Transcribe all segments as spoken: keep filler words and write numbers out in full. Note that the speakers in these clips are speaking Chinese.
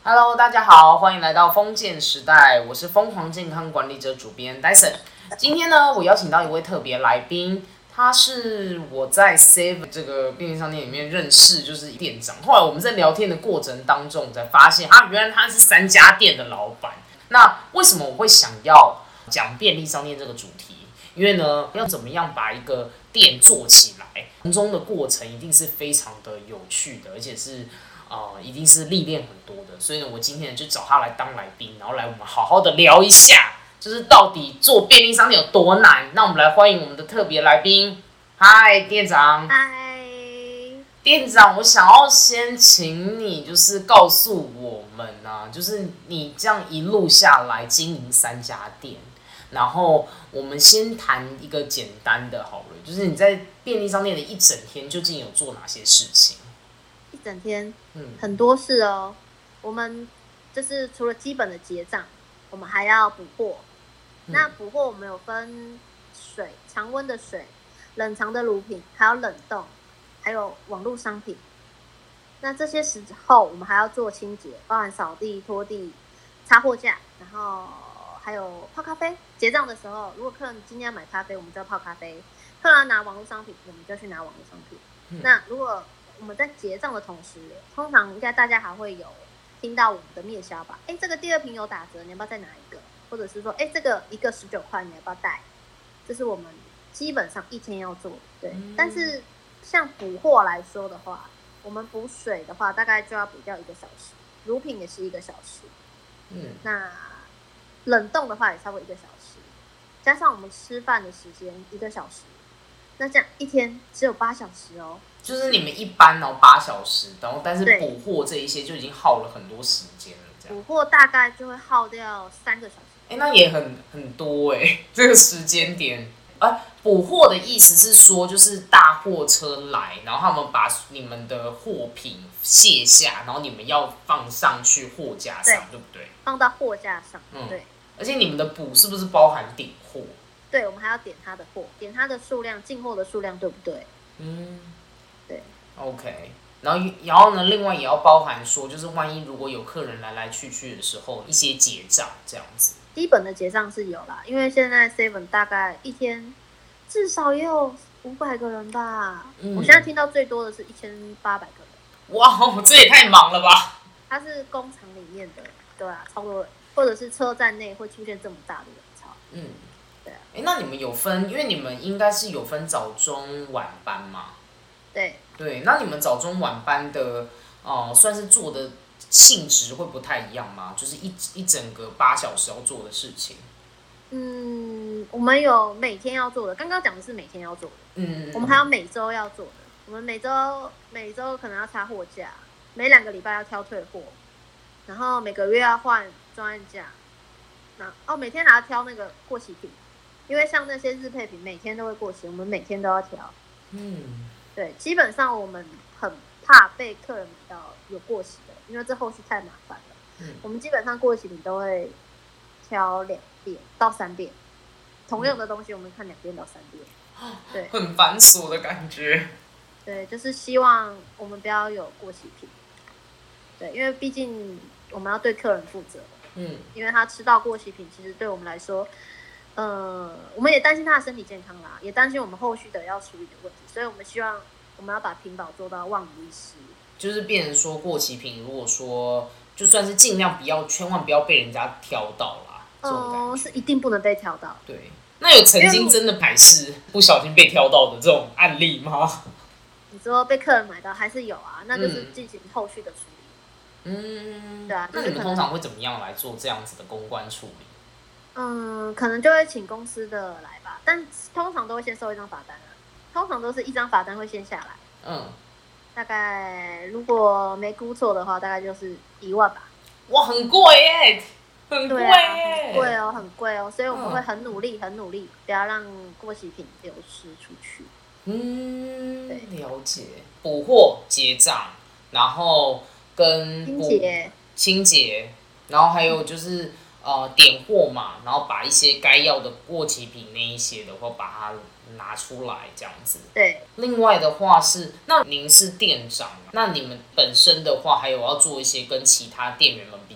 Hello， 大家好，欢迎来到封建时代，我是疯狂健康管理者主编 Dyson。今天呢，我邀请到一位特别来宾，他是我在 Seven 这个便利商店里面认识，就是店长。后来我们在聊天的过程当中，才发现啊，原来他是三家店的老板。那为什么我会想要讲便利商店这个主题？因为呢，要怎么样把一个店做起来，从中的过程一定是非常的有趣的，而且是。呃，一定是历练很多的，所以呢，我今天就找他来当来宾，然后来我们好好的聊一下，就是到底做便利商店有多难。那我们来欢迎我们的特别来宾，嗨，店长。 嗨， 店长，我想要先请你就是告诉我们啊，就是你这样一路下来经营三家店，然后我们先谈一个简单的好了，就是你在便利商店的一整天究竟有做哪些事情？ 一整天，嗯，很多事哦。我们就是除了基本的结账，我们还要补货。嗯、那补货我们有分水、常温的水、冷藏的乳品，还有冷冻，还有网络商品。那这些时候我们还要做清洁，包含扫地、拖地、擦货架，然后还有泡咖啡。结账的时候，如果客人今天要买咖啡，我们就要泡咖啡；客人要拿网络商品，我们就去拿网络商品。嗯、那如果我们在结账的同时，通常应该大家还会有听到我们的面销吧？哎，这个第二瓶有打折，你要不要再拿一个？或者是说，哎，这个一个十九块，你要不要带？这是我们基本上一天要做的，对。嗯、但是像补货来说的话，我们补水的话，大概就要补掉一个小时，乳品也是一个小时，嗯，那冷冻的话也差不多一个小时，加上我们吃饭的时间一个小时，那这样一天只有八小时哦。 就是你们一般哦八小时，然后但是补货这一些就已经耗了很多时间了，这样。 补货大概就会耗掉三个小时。 哎、欸，那也很很多哎、欸，这个时间点。啊，补货的意思是说，就是大货车来，然后他们把你们的货品卸下，然后你们要放上去货架上， 对, 对不对？ 放到货架上，嗯，对。 而且你们的补是不是包含点货？ 对，我们还要点它的货，点它的数量，进货的数量，对不对？嗯。对 ，OK， 然后然后呢，另外也要包含说，就是万一如果有客人来来去去的时候，一些结账这样子。 基本的结账是有啦，因为现在 Seven 大概一天至少也有五百个人吧。嗯、我现在听到最多的是一千八百个人。 哇，这也太忙了吧！ 它是工厂里面的，对啊，超多人，或者是车站内会出现这么大的人潮。嗯，对啊。 哎，那你们有分，因为你们应该是有分早中晚班嘛？ 对对，那你们早中晚班的，呃，算是做的性质会不太一样吗？就是一一整个八小时要做的事情。 嗯，我们有每天要做的，刚刚讲的是每天要做的。嗯，我们还有每周要做的。我们每周每周可能要擦货架，每两个礼拜要挑退货，然后每个月要换专案价。那哦，每天还要挑那个过期品，因为像那些日配品每天都会过期，我们每天都要挑。嗯。对，基本上我们很怕被客人买到有过期的，因为这后续太麻烦了。嗯，我们基本上过期品都会挑两遍到三遍，同样的东西我们看两遍到三遍。对， 很繁琐的感觉。 对，就是希望我们不要有过期品。对，因为毕竟我们要对客人负责。嗯，因为他吃到过期品，其实对我们来说。呃，我们也担心他的身体健康啦，也担心我们后续的要处理的问题，所以我们希望我们要把品保做到万无一失。 就是变成说过期品，如果说就算是尽量不要，千万不要被人家挑到啦。 哦、呃，是一定不能被挑到。 对，那有曾经真的百事不小心被挑到的这种案例吗？ 你说被客人买到还是有啊，那就是进行后续的处理。 嗯，对啊。那你们通常会怎么样来做这样子的公关处理？ 嗯，可能就会请公司的来吧，但通常都会先收一张罚单啊。通常都是一张罚单会先下来，嗯，大概如果没估错的话，大概就是一万吧。 哇，很贵耶，很贵耶， 啊、很贵哦，很贵哦，所以我们会很努力，很努力，不要让过期品流失出去。 嗯，对，了解。补货结账，然后跟清洁、 清洁，然后还有就是。嗯呃，点货嘛，然后把一些该要的过期品那一些的话，把它拿出来这样子。 对。 另外的话是，那您是店长，那你们本身的话，还有要做一些跟其他店员们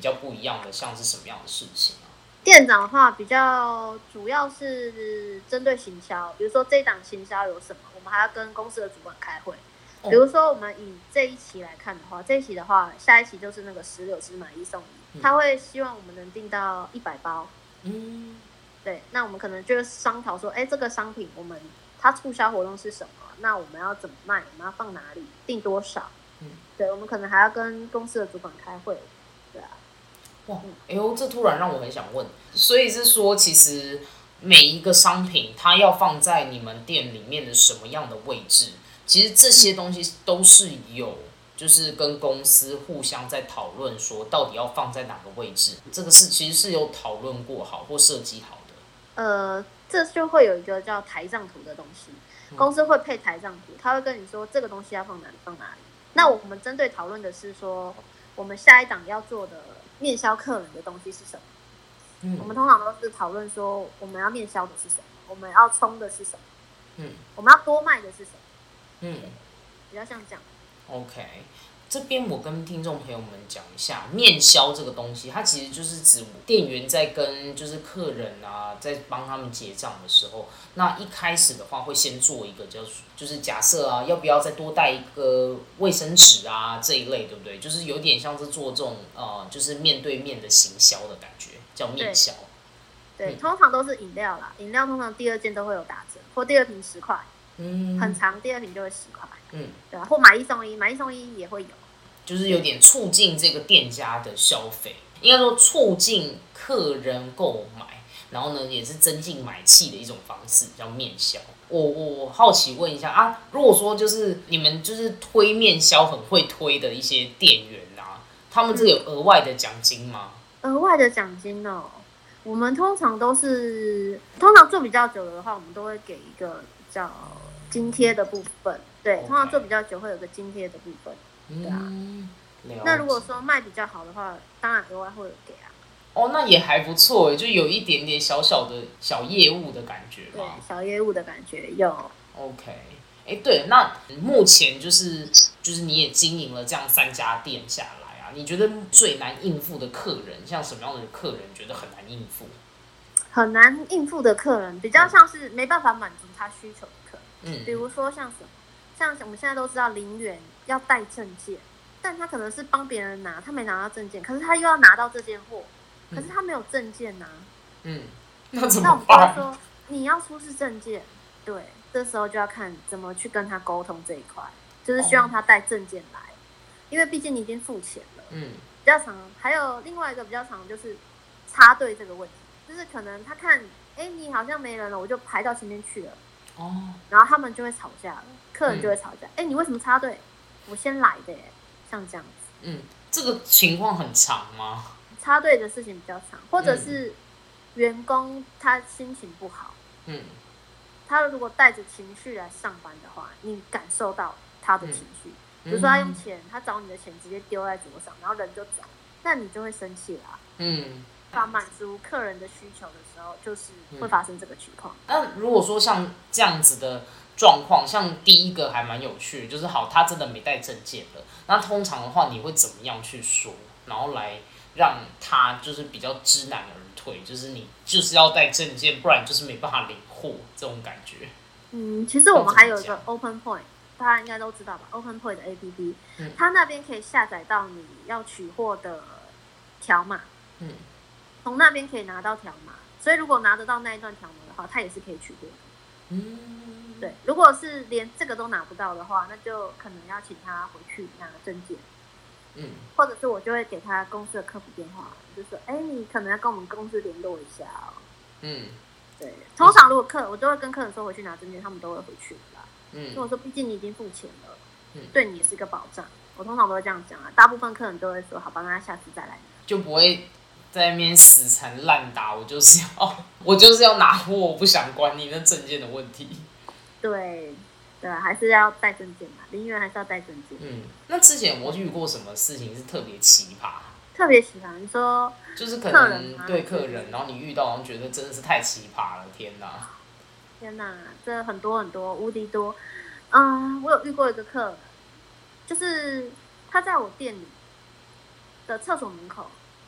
较不一样的，像是什么样的事情啊？ 店长的话比较主要是针对行销，比如说这一档行销有什么，我们还要跟公司的主管开会。比如说我们以这一期来看的话，这一期的话，下一期就是那个石榴汁买一送一，他会希望我们能订到一百包。嗯，对，那我们可能就商讨说，哎，这个商品我们它促销活动是什么？那我们要怎么卖？我们要放哪里？订多少？嗯，对，我们可能还要跟公司的主管开会。对啊。 哇，哎呦，这突然让我很想问，所以是说，其实每一个商品它要放在你们店里面的什么样的位置？其实这些东西都是有，就是跟公司互相在讨论说，到底要放在哪个位置。这个是其实是有讨论过好或设计好的。 呃，这就会有一个叫台账图的东西，公司会配台账图，他会跟你说这个东西要放哪里放哪里。那我们针对讨论的是说，我们下一档要做的面销客人的东西是什么？嗯，我们通常都是讨论说我们要面销的是什么，我们要冲的是什么，嗯，我们要多卖的是什么。嗯，比较像这样。 OK， 这边我跟听众朋友们讲一下，面销这个东西，它其实就是指店员在跟就是客人啊，在帮他们结账的时候，那一开始的话会先做一个叫就是假设啊，要不要再多带一个卫生纸啊这一类，对不对？就是有点像是做这种呃，就是面对面的行销的感觉，叫面销。 对，对嗯、通常都是饮料啦，饮料通常第二件都会有打折，或第二瓶十块。嗯，很长，第二瓶就会十块，嗯，对吧？或买一送一，买一送一也会有， 就是有点促进这个店家的消费，应该说促进客人购买，然后呢，也是增进买气的一种方式，叫面销。我我好奇问一下啊，如果说就是你们就是推面销很会推的一些店员啊，他们这有额外的奖金吗？ 额外的奖金哦，我们通常都是通常做比较久的话，我们都会给一个叫津贴的部分，对， okay. 通常做比较久会有个津贴的部分，对啊。嗯、那如果说卖比较好的话，当然额外会有给啊。 哦，那也还不错，就有一点点小小的小业务的感觉嘛。 对，小业务的感觉有。 OK， 哎，对，那目前就是就是你也经营了这样三家店下来啊，你觉得最难应付的客人，像什么样的客人觉得很难应付？ 很难应付的客人，比较像是没办法满足他需求的客人。嗯，比如说像什么，像我们现在都知道零元要带证件，但他可能是帮别人拿，他没拿到证件，可是他又要拿到这件货，可是他没有证件拿。嗯， 那怎么办？ 那我们就说你要出示证件，对，这时候就要看怎么去跟他沟通这一块，就是希望他带证件来，因为毕竟你已经付钱了。嗯，比较常，还有另外一个比较常就是插队这个问题。就是可能他看，哎，你好像没人了，我就排到前面去了。哦。然后他们就会吵架了，客人就会吵架。哎、嗯，你为什么插队？我先来的耶，像这样子。 嗯，这个情况很长吗？ 插队的事情比较长，或者是员工他心情不好。嗯。他如果带着情绪来上班的话，你感受到他的情绪。嗯、比如说他用钱，他找你的钱直接丢在桌上，然后人就走，那你就会生气啦。嗯。法满足客人的需求的时候，就是会发生这个情况。 那、嗯、如果说像这样子的状况，像第一个还蛮有趣的，就是好，他真的没带证件了。那通常的话，你会怎么样去说，然后来让他就是比较知难而退？就是你就是要带证件，不然就是没办法领货这种感觉。 嗯，其实我们还有一个 Open Point， 大家应该都知道吧 ？Open Point 的 A P P，、嗯、它那边可以下载到你要取货的条码。嗯。从那边可以拿到条码，所以如果拿得到那一段条码的话，它也是可以取货的。嗯，对。如果是连这个都拿不到的话，那就可能要请他回去拿证件。嗯，或者是我就会给他公司的客服电话，就说：“哎，你可能要跟我们公司联络一下哦。”嗯，对。通常如果客，我都会跟客人说回去拿证件，他们都会回去的啦。嗯，因为我说毕竟你已经付钱了，嗯，对你也是一个保障。我通常都会这样讲啊，大部分客人都会说：“好吧，那下次再来。” 就不会在那边死缠烂打，我就是要我就是要拿货，我不想管你那证件的问题。 对，对啊，还是要带证件嘛，零元还是要带证件。 嗯，那之前有没有遇过什么事情是特别奇葩？ 特别奇葩，你说就是可能对客人，然后你遇到，然后觉得真的是太奇葩了，天哪！ 天哪，这很多很多，无敌多。嗯，我有遇过一个客人，就是他在我店里的厕所门口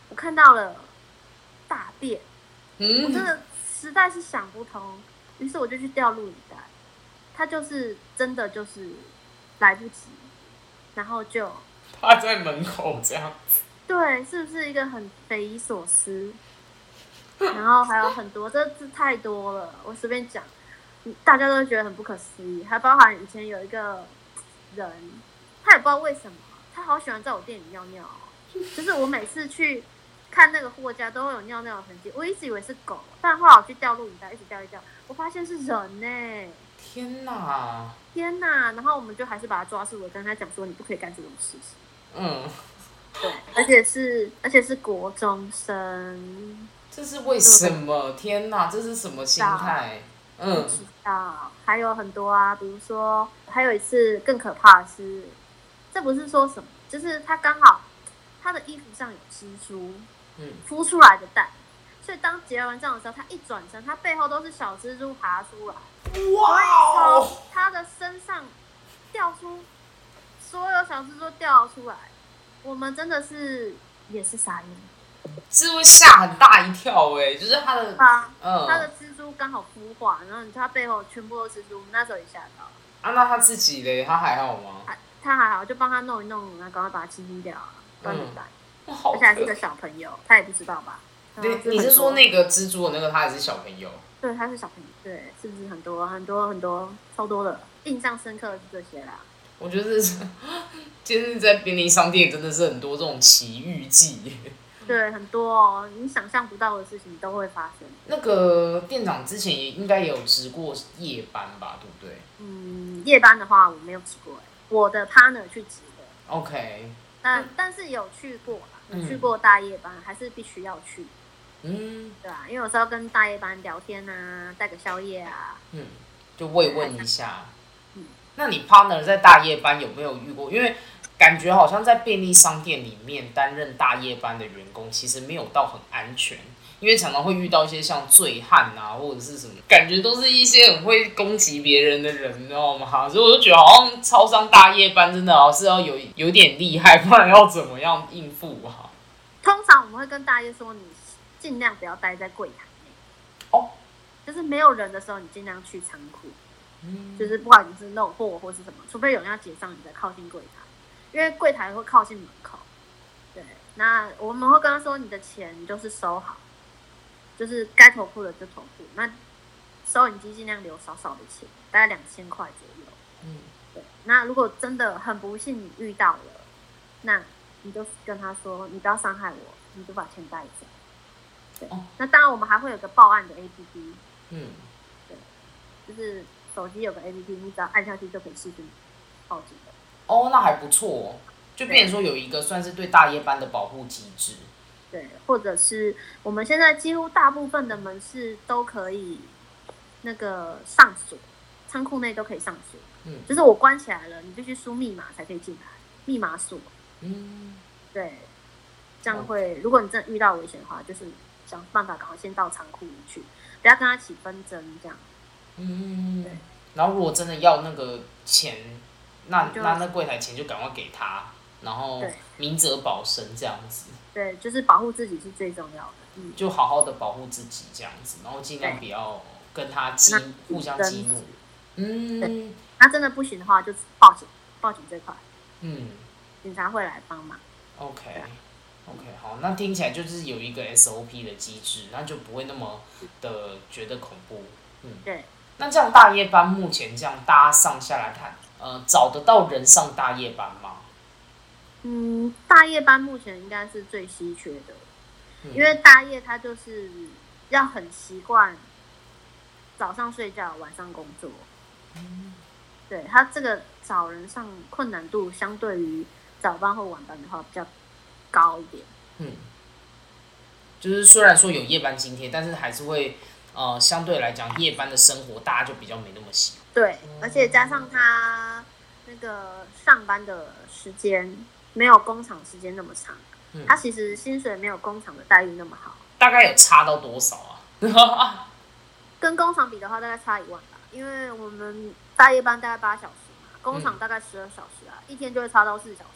我看到了大便， 嗯， 我真的实在是想不通，于是我就去调录影带，他就是真的就是来不及，然后就趴在门口这样子， 对，是不是一个很匪夷所思？然后还有很多，这这太多了，我随便讲，大家都觉得很不可思议。还包含以前有一个人，他也不知道为什么，他好喜欢在我店里尿尿、哦，就是我每次去看那个货架都会有尿尿的痕迹，我一直以为是狗，但后来我去调录影带，一直调一调，我发现是人呢！ 天哪！ 天哪！然后我们就还是把他抓住了，跟他讲说你不可以干这种事情。 嗯， 对，而且是而且是国中生。 这是为什么？天哪，这是什么心态？嗯， 不知道，还有很多啊，比如说还有一次更可怕的是，这不是说什么，就是他刚好他的衣服上有蜘蛛，嗯，孵出来的蛋，所以当结完账的时候，他一转身，他背后都是小蜘蛛爬出来， 哇哦！ 从他的身上掉出所有小蜘蛛掉出来，我们真的是也是傻眼。 是会吓很大一跳哎、欸，就是他的， 他、 嗯， 他的蜘蛛刚好孵化，然后他背后全部都是蜘蛛，那时候也吓到。 啊，那他自己嘞，他还好吗？ 他他还好，就帮他弄一弄，然后赶快把它清清掉，断点蛋。 嗯，而且还是个小朋友，他也不知道吧？ 你你是说那个蜘蛛的那个，他还是小朋友？ 对，他是小朋友，对，是不是很多很多很多超多的？印象深刻的是这些啦。 我觉得这是，就是在便利商店真的是很多这种奇遇记。 对，很多哦，你想象不到的事情都会发生。 那个店长之前也应该也有值过夜班吧，对不对？ 嗯，夜班的话我没有值过，我的 partner 去值的。 OK。 但、嗯、但是有去过啦，有去过大夜班，嗯、还是必须要去。嗯，对啊，因为有时候跟大夜班聊天啊，带个宵夜啊。 嗯，就慰问一下。嗯，那你 partner 在大夜班有没有遇过？因为感觉好像在便利商店里面担任大夜班的员工，其实没有到很安全，因为常常会遇到一些像醉汉啊，或者是什么，感觉都是一些很会攻击别人的人，你知道吗？所以我就觉得好像超商大夜班真的好像是要有有点厉害，不然要怎么样应付啊？ 通常我们会跟大夜说，你尽量不要待在柜台内，哦，就是没有人的时候，你尽量去仓库，嗯，就是不管你是漏货或是什么，除非有人要结账，你才靠近柜台。因为柜台会靠近门口，对，那我们会跟他说，你的钱你就是收好，就是该投付的就投付，那收银机尽量留少少的钱，大概两千块左右，嗯，对。那如果真的很不幸你遇到了，那你就跟他说，你不要伤害我，你就把钱带走，对。哦、那当然我们还会有个报案的 A P P， 嗯，对，就是手机有个 A P P， 你只要按下去就可以视讯报警的。 哦，那还不错哦，就变成说有一个算是对大夜班的保护机制。 对，或者是我们现在几乎大部分的门市都可以那个上锁，仓库内都可以上锁。嗯，就是我关起来了，你必须输密码才可以进来，密码锁。嗯，对，这样会，如果你真的遇到危险的话，就是想办法赶快先到仓库里去，不要跟他起纷争，这样。嗯，对。 然后如果真的要那个钱。那那那柜台钱就赶快给他，然后明哲保身这样子。 对，就是保护自己是最重要的。嗯， 就好好的保护自己这样子，然后尽量不要跟他激互相激怒。 嗯，那真的不行的话，就报警，报警最快。嗯，警察会来帮忙。 OK OK， 好，那听起来就是有一个 S O P 的机制，那就不会那么的觉得恐怖。嗯，对。那这样大夜班目前这样大家上下来看。呃，找得到人上大夜班吗？ 嗯，大夜班目前应该是最稀缺的，嗯、因为大夜他就是要很习惯早上睡觉，晚上工作。嗯，对，他这个找人上困难度相对于早班或晚班的话比较高一点。嗯， 就是虽然说有夜班津贴，但是还是会呃相对来讲夜班的生活大家就比较没那么喜欢。 对，而且加上他那个上班的时间没有工厂时间那么长，嗯、他其实薪水没有工厂的待遇那么好。 大概有差到多少啊？ 跟工厂比的话，大概差一万吧。因为我们大夜班大概八小时嘛，工厂大概十二小时啊，嗯、一天就会差到四小时。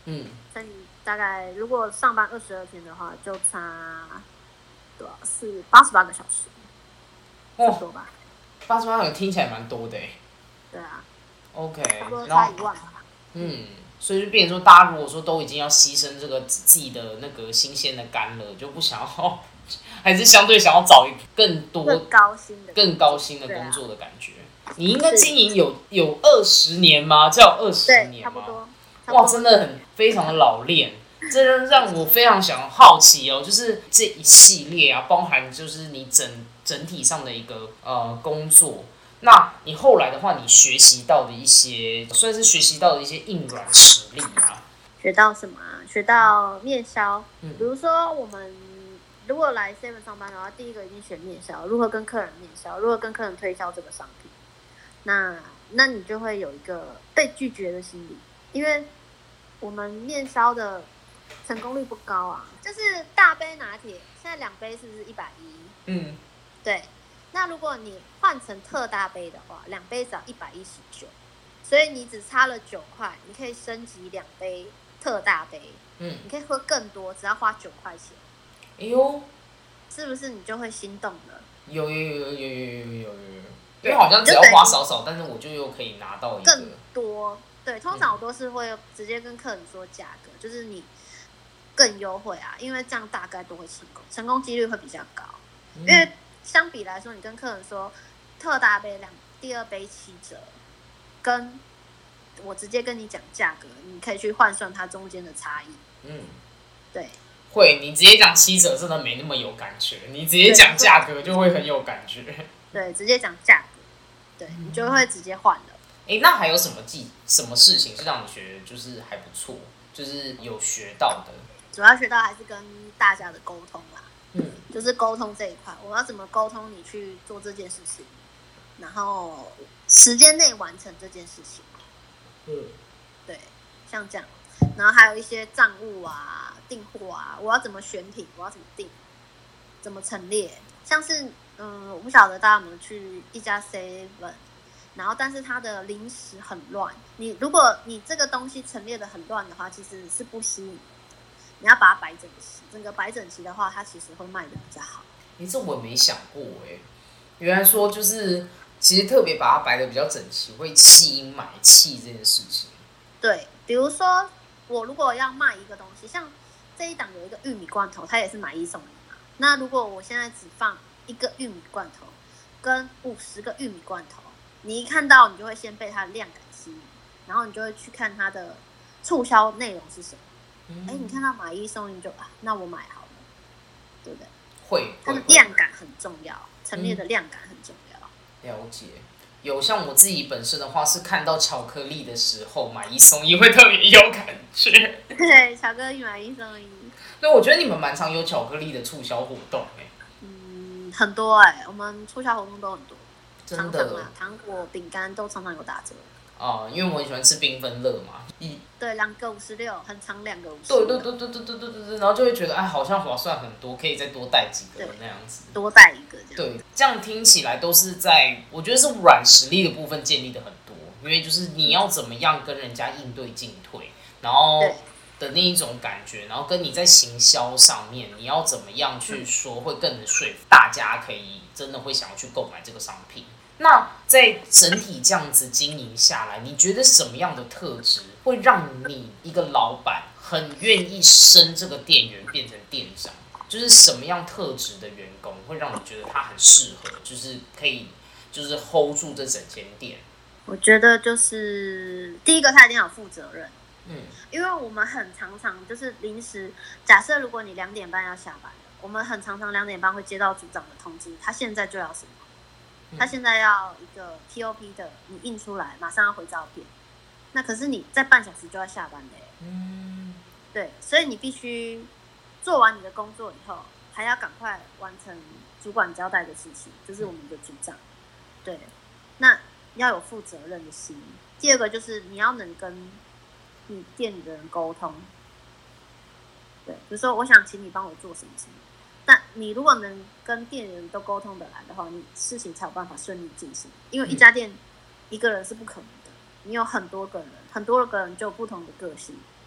嗯， 所以你大概如果上班二十二天的话，就差多少是八十八个小时，哦，多吧？ 八十八个听起来蛮多的哎。 对啊。 OK， 差不多差一万吧。 嗯，所以就变成说，大家如果说都已经要牺牲这个自己的那个新鲜的肝了，就不想要，还是相对想要找更多更高薪的更高薪的工作的感觉。啊、你应该经营有有二十年吗？叫二十年吗？ 差不多。 哇，真的很非常的老练，这让我非常想好奇哦，就是这一系列啊，包含就是你整整体上的一个呃工作。那你后来的话，你学习到的一些，算是学习到的一些硬软实力啊。 学到什么啊？学到面销，嗯，比如说我们如果来 Seven 上班的话，第一个一定学面销，如何跟客人面销，如何跟客人推销这个商品。那那你就会有一个被拒绝的心理，因为我们面销的成功率不高啊。就是大杯拿铁，现在两杯是不是一百一？嗯，对。那如果你换成特大杯的话，两杯只要一百一十九，所以你只差了九块，你可以升级两杯特大杯，嗯，你可以喝更多，只要花九块钱。哎呦，是不是你就会心动了？ 有有有有有有有有有，因为好像只要花少少，但是我就又可以拿到一个更多。对，通常我都是会直接跟客人说价格，嗯、就是你更优惠啊，因为这样大概都会成功，成功几率会比较高，嗯、因为。相比来说，你跟客人说特大杯两第二杯七折，跟我直接跟你讲价格，你可以去换算它中间的差异。嗯，对。 会，你直接讲七折真的没那么有感觉，你直接讲价格就会很有感觉。 对，直接讲价格，对你就会直接换了。 哎，那还有什么技什么事情是让你觉得就是还不错，就是有学到的？ 主要学到还是跟大家的沟通啦。嗯，就是沟通这一块，我要怎么沟通你去做这件事情，然后时间内完成这件事情。嗯，对，像这样，然后还有一些账务啊、订货啊，我要怎么选品，我要怎么订，怎么陈列，像是嗯，我不晓得大家有没有去一家 Seven， 然后但是它的零食很乱，你如果你这个东西陈列的很乱的话，其实是不吸引。你要把它摆整齐，整个摆整齐的话，它其实会卖的比较好。 你、欸、这我没想过哎、欸，原来说就是其实特别把它摆的比较整齐，会吸引买气这件事情。 对，比如说我如果要卖一个东西，像这一档有一个玉米罐头，它也是买一送一嘛。那如果我现在只放一个玉米罐头跟五十个玉米罐头，你一看到你就会先被它的量感吸引，然后你就会去看它的促销内容是什么。哎、嗯，你看到买一送一就啊，那我买好了，对不对？ 会， 它的量感很重要，陈列的量感很重要。 嗯、了解，有像我自己本身的话，是看到巧克力的时候买一送一会特别有感觉。 对，巧克力买一送一。 对，我觉得你们蛮常有巧克力的促销活动哎、欸。 嗯，很多哎、欸，我们促销活动都很多， 真的， 常常啊，糖果、饼干都常常有打折。 哦、呃，因为我很喜欢吃缤纷乐嘛， 一对两个五十六，很长两个五十六，对对对对对对对对对，然后就会觉得哎，好像划算很多，可以再多带几个那样子， 多带一个这样。 对，这样听起来都是在，我觉得是软实力的部分建立的很多，因为就是你要怎么样跟人家应对进退，然后的那一种感觉，然后跟你在行销上面，你要怎么样去说，会更能说服大家，可以真的会想要去购买这个商品。那在整体这样子经营下来，你觉得什么样的特质会让你一个老板很愿意升这个店员变成店长？就是什么样特质的员工会让你觉得他很适合，就是可以就是 hold 住这整间店？ 我觉得就是第一个，他一定要负责任。嗯，因为我们很常常就是临时，假设如果你两点半要下班了，我们很常常两点半会接到组长的通知，他现在就要什么？他现在要一个 P O P 的，你印出来，马上要回照片。那可是你在半小时就要下班的、欸，嗯，对，所以你必须做完你的工作以后，还要赶快完成主管交代的事情，就是我们的组长。对，那要有负责任的心。第二个就是你要能跟你店里的人沟通。对，比如说我想请你帮我做什么什么。那你如果能跟店员都沟通得来的话，你事情才有办法顺利进行。因为一家店一个人是不可能的，你有很多个人，很多个人就有不同的个性，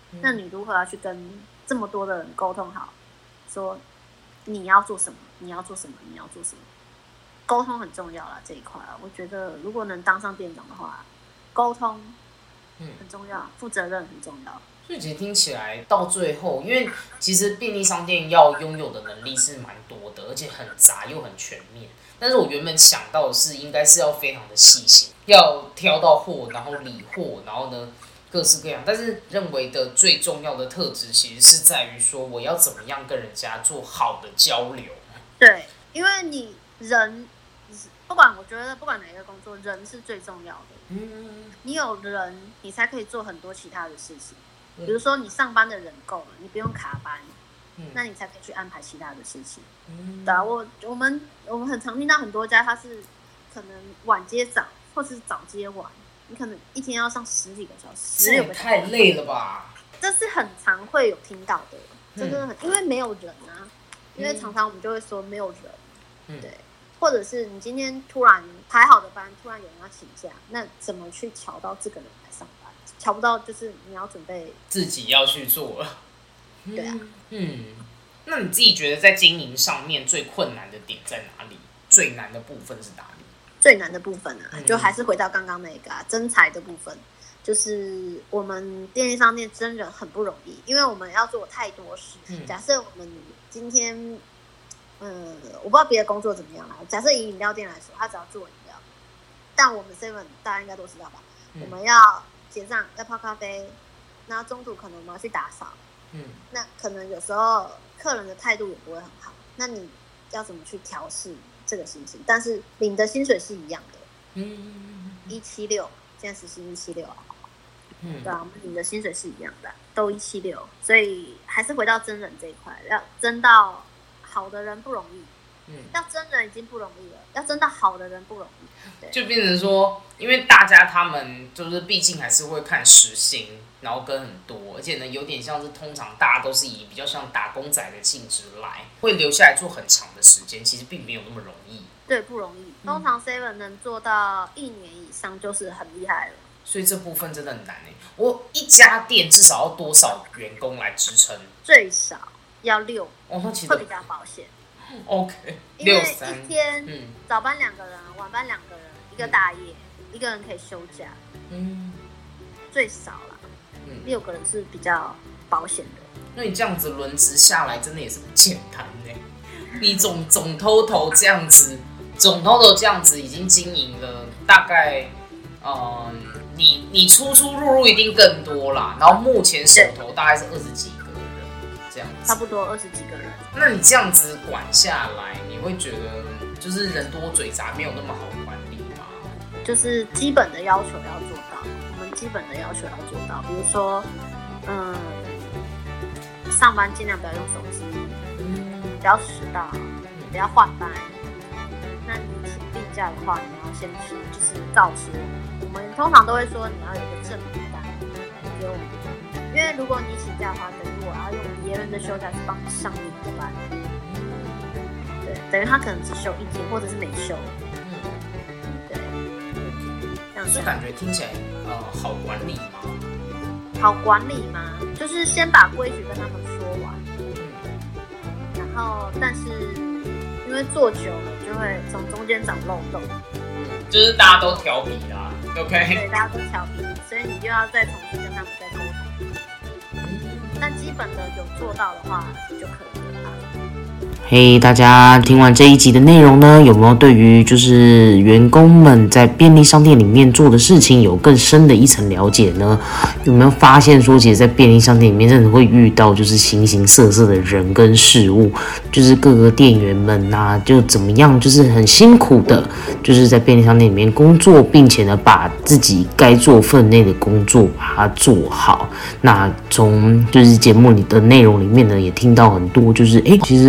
嗯、那你如何要去跟这么多的人沟通好，说你要做什么，你要做什么，你要做什么？沟通很重要啦，这一块啊，我觉得如果能当上店长的话，沟通很重要，负、嗯、责任很重要。 所以其实听起来到最后，因为其实便利商店要拥有的能力是蛮多的，而且很杂又很全面。但是我原本想到的是，应该是要非常的细心，要挑到货，然后理货，然后呢各式各样。但是认为的最重要的特质，其实是在于说，我要怎么样跟人家做好的交流。 对，因为你人。不管我觉得不管哪一个工作，人是最重要的。嗯，你有人，你才可以做很多其他的事情。嗯、比如说你上班的人够了，你不用卡班，嗯、那你才可以去安排其他的事情。嗯，对啊，我我们我们很常听到很多家，他是可能晚接早，或是早接晚，你可能一天要上十几个小时，十六个小时， 太累了吧？ 这是很常会有听到的，真的很，嗯、因为没有人啊，因为常常我们就会说没有人，嗯、对。或者是你今天突然排好的班，突然有人要请假，那怎么去瞧到这个人来上班？瞧不到就是你要准备自己要去做了。 对啊， 嗯，那你自己觉得在经营上面最困难的点在哪里？最难的部分是哪里？ 最难的部分啊，嗯、就还是回到刚刚那个啊，征才的部分，就是我们便利商店真人很不容易，因为我们要做太多事。嗯、假设我们今天。嗯，我不知道别的工作怎么样啦。假设以饮料店来说，他只要做饮料，但我们 seven 大家应该都知道吧？嗯、我们要结账，要泡咖啡，然后中途可能我们要去打扫，嗯，那可能有时候客人的态度也不会很好，那你要怎么去调试这个心情？但是领的薪水是一样的，嗯，一七六，现在时薪一七六，嗯，对啊，我们领的薪水是一样的，都一七六，所以还是回到真人这一块，要真到。好的人不容易，嗯，要真人已经不容易了，要真到好的人不容易，对， 就变成说，因为大家他们就是毕竟还是会看时薪，然后跟很多，而且呢，有点像是通常大家都是以比较像打工仔的性质来，会留下来做很长的时间，其实并没有那么容易， 对，不容易。通常 seven 能做到一年以上就是很厉害了， 所以这部分真的很难诶。我一家店至少要多少员工来支撑？ 最少。要六， 哦，那其实会比较保险。 OK， 因为一天、嗯、早班两个人，晚班两个人，一个大夜，嗯、一个人可以休假，嗯，最少啦，嗯，六个人是比较保险的。 那你这样子轮值下来，真的也是不简单呢。你总总 total 这样子，总 total 这样子已经经营了大概，呃，你你出出入入一定更多啦。然后目前手头大概是二十几个。 差不多二十几个人。 那你这样子管下来，你会觉得就是人多嘴杂，没有那么好管理吗？ 就是基本的要求要做到，我们基本的要求要做到，比如说，嗯，上班尽量不要用手机，嗯，不要迟到，不要换班。那你请病假的话，你要先去就是告知我们，我们通常都会说你要有一个证明单给我们。因为如果你请假的话，等于我要用别人的休假去帮你上你的班，对，等于他可能只休一天，或者是没休，嗯，对，这样子。 是感觉听起来呃好管理吗？ 好管理吗？就是先把规矩跟他们说完，然后但是因为做久了就会从中间长漏洞， 就是大家都调皮啦 ，OK？ 对，大家都调皮，所以你就要再重新跟他们再沟通。但基本的有做到的话就可以了。 嘿、hey, 大家听完这一集的内容呢，有没有对于就是员工们在便利商店里面做的事情有更深的一层了解呢？有没有发现说，其实，在便利商店里面真的会遇到就是形形色色的人跟事物，就是各个店员们啊，就怎么样，就是很辛苦的，就是在便利商店里面工作，并且呢，把自己该做分内的工作把它做好。那从就是节目里的内容里面呢，也听到很多，就是哎，其实。在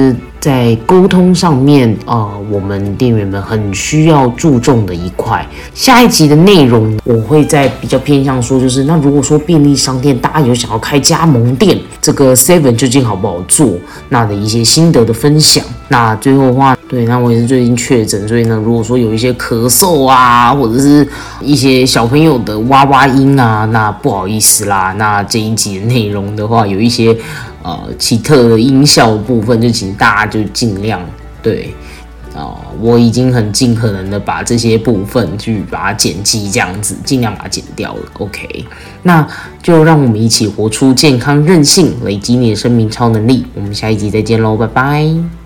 在沟通上面，呃，我们店员们很需要注重的一块。下一集的内容我会再比较偏向说，就是那如果说便利商店大家有想要开加盟店，这个 Seven 究竟好不好做？那的一些心得的分享。那最后的话，对，那我也是最近确诊，所以呢，如果说有一些咳嗽啊，或者是一些小朋友的哇哇音啊，那不好意思啦。那这一集的内容的话，有一些呃奇特的音效的部分，就请大家就尽量对。哦，我已经很尽可能的把这些部分去把它剪辑，这样子尽量把它剪掉了。OK， 那就让我们一起活出健康韧性，累积你的生命超能力。我们下一集再见喽，拜拜。